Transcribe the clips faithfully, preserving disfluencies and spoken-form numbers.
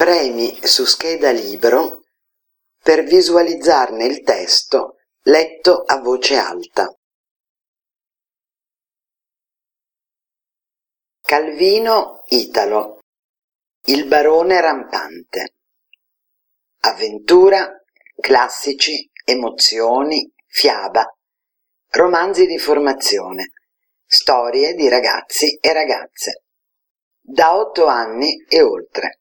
Premi su scheda libro per visualizzarne il testo letto a voce alta. Calvino Italo, il barone rampante. Avventura, classici, emozioni, fiaba, romanzi di formazione, storie di ragazzi e ragazze, da otto anni e oltre.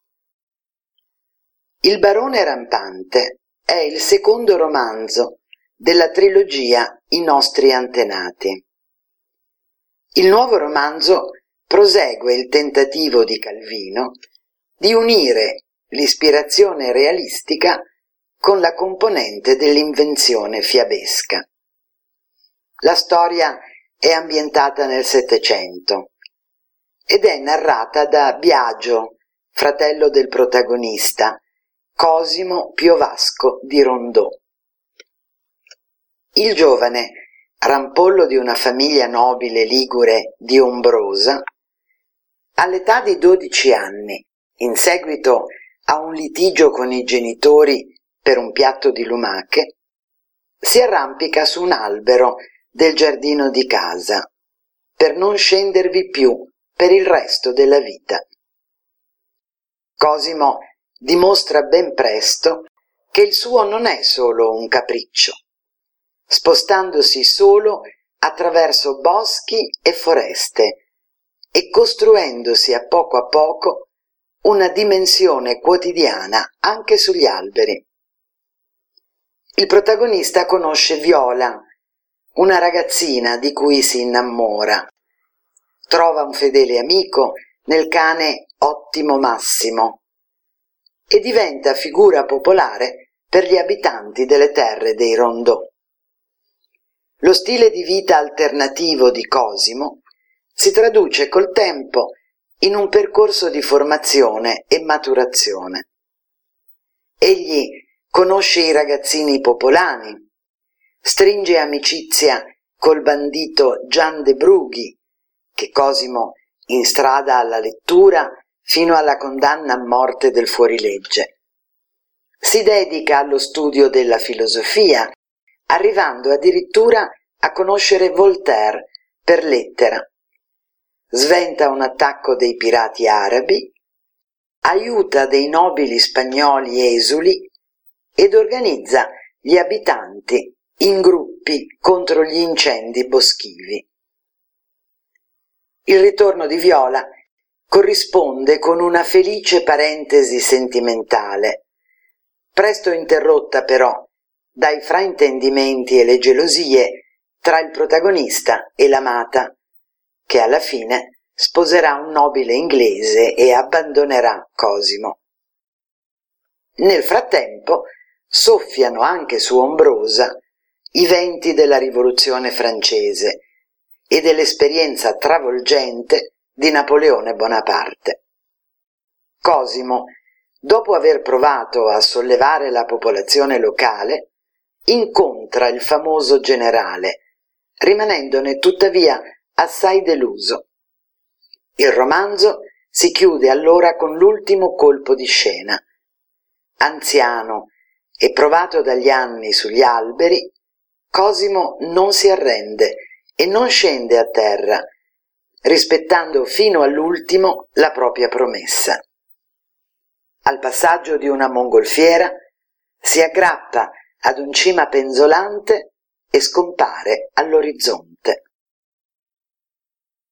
Il barone rampante è il secondo romanzo della trilogia I nostri antenati. Il nuovo romanzo prosegue il tentativo di Calvino di unire l'ispirazione realistica con la componente dell'invenzione fiabesca. La storia è ambientata nel Settecento ed è narrata da Biagio, fratello del protagonista, Cosimo Piovasco di Rondò. Il giovane, rampollo di una famiglia nobile ligure di Ombrosa, all'età di dodici anni, in seguito a un litigio con i genitori per un piatto di lumache, si arrampica su un albero del giardino di casa per non scendervi più per il resto della vita. Cosimo dimostra ben presto che il suo non è solo un capriccio, spostandosi solo attraverso boschi e foreste e costruendosi a poco a poco una dimensione quotidiana anche sugli alberi. Il protagonista conosce Viola, una ragazzina di cui si innamora. Trova un fedele amico nel cane Ottimo Massimo e diventa figura popolare per gli abitanti delle terre dei Rondò. Lo stile di vita alternativo di Cosimo si traduce col tempo in un percorso di formazione e maturazione. Egli conosce i ragazzini popolani, stringe amicizia col bandito Gian de Brughi, che Cosimo instrada alla lettura fino alla condanna a morte del fuorilegge. Si dedica allo studio della filosofia, arrivando addirittura a conoscere Voltaire per lettera. Sventa un attacco dei pirati arabi, aiuta dei nobili spagnoli esuli ed organizza gli abitanti in gruppi contro gli incendi boschivi. Il ritorno di Viola corrisponde con una felice parentesi sentimentale, presto interrotta però dai fraintendimenti e le gelosie tra il protagonista e l'amata, che alla fine sposerà un nobile inglese e abbandonerà Cosimo. Nel frattempo soffiano anche su Ombrosa i venti della Rivoluzione francese e dell'esperienza travolgente di Napoleone Bonaparte. Cosimo, dopo aver provato a sollevare la popolazione locale, incontra il famoso generale, rimanendone tuttavia assai deluso. Il romanzo si chiude allora con l'ultimo colpo di scena. Anziano e provato dagli anni sugli alberi, Cosimo non si arrende e non scende a terra, rispettando fino all'ultimo la propria promessa. Al passaggio di una mongolfiera si aggrappa ad un cima penzolante e scompare all'orizzonte.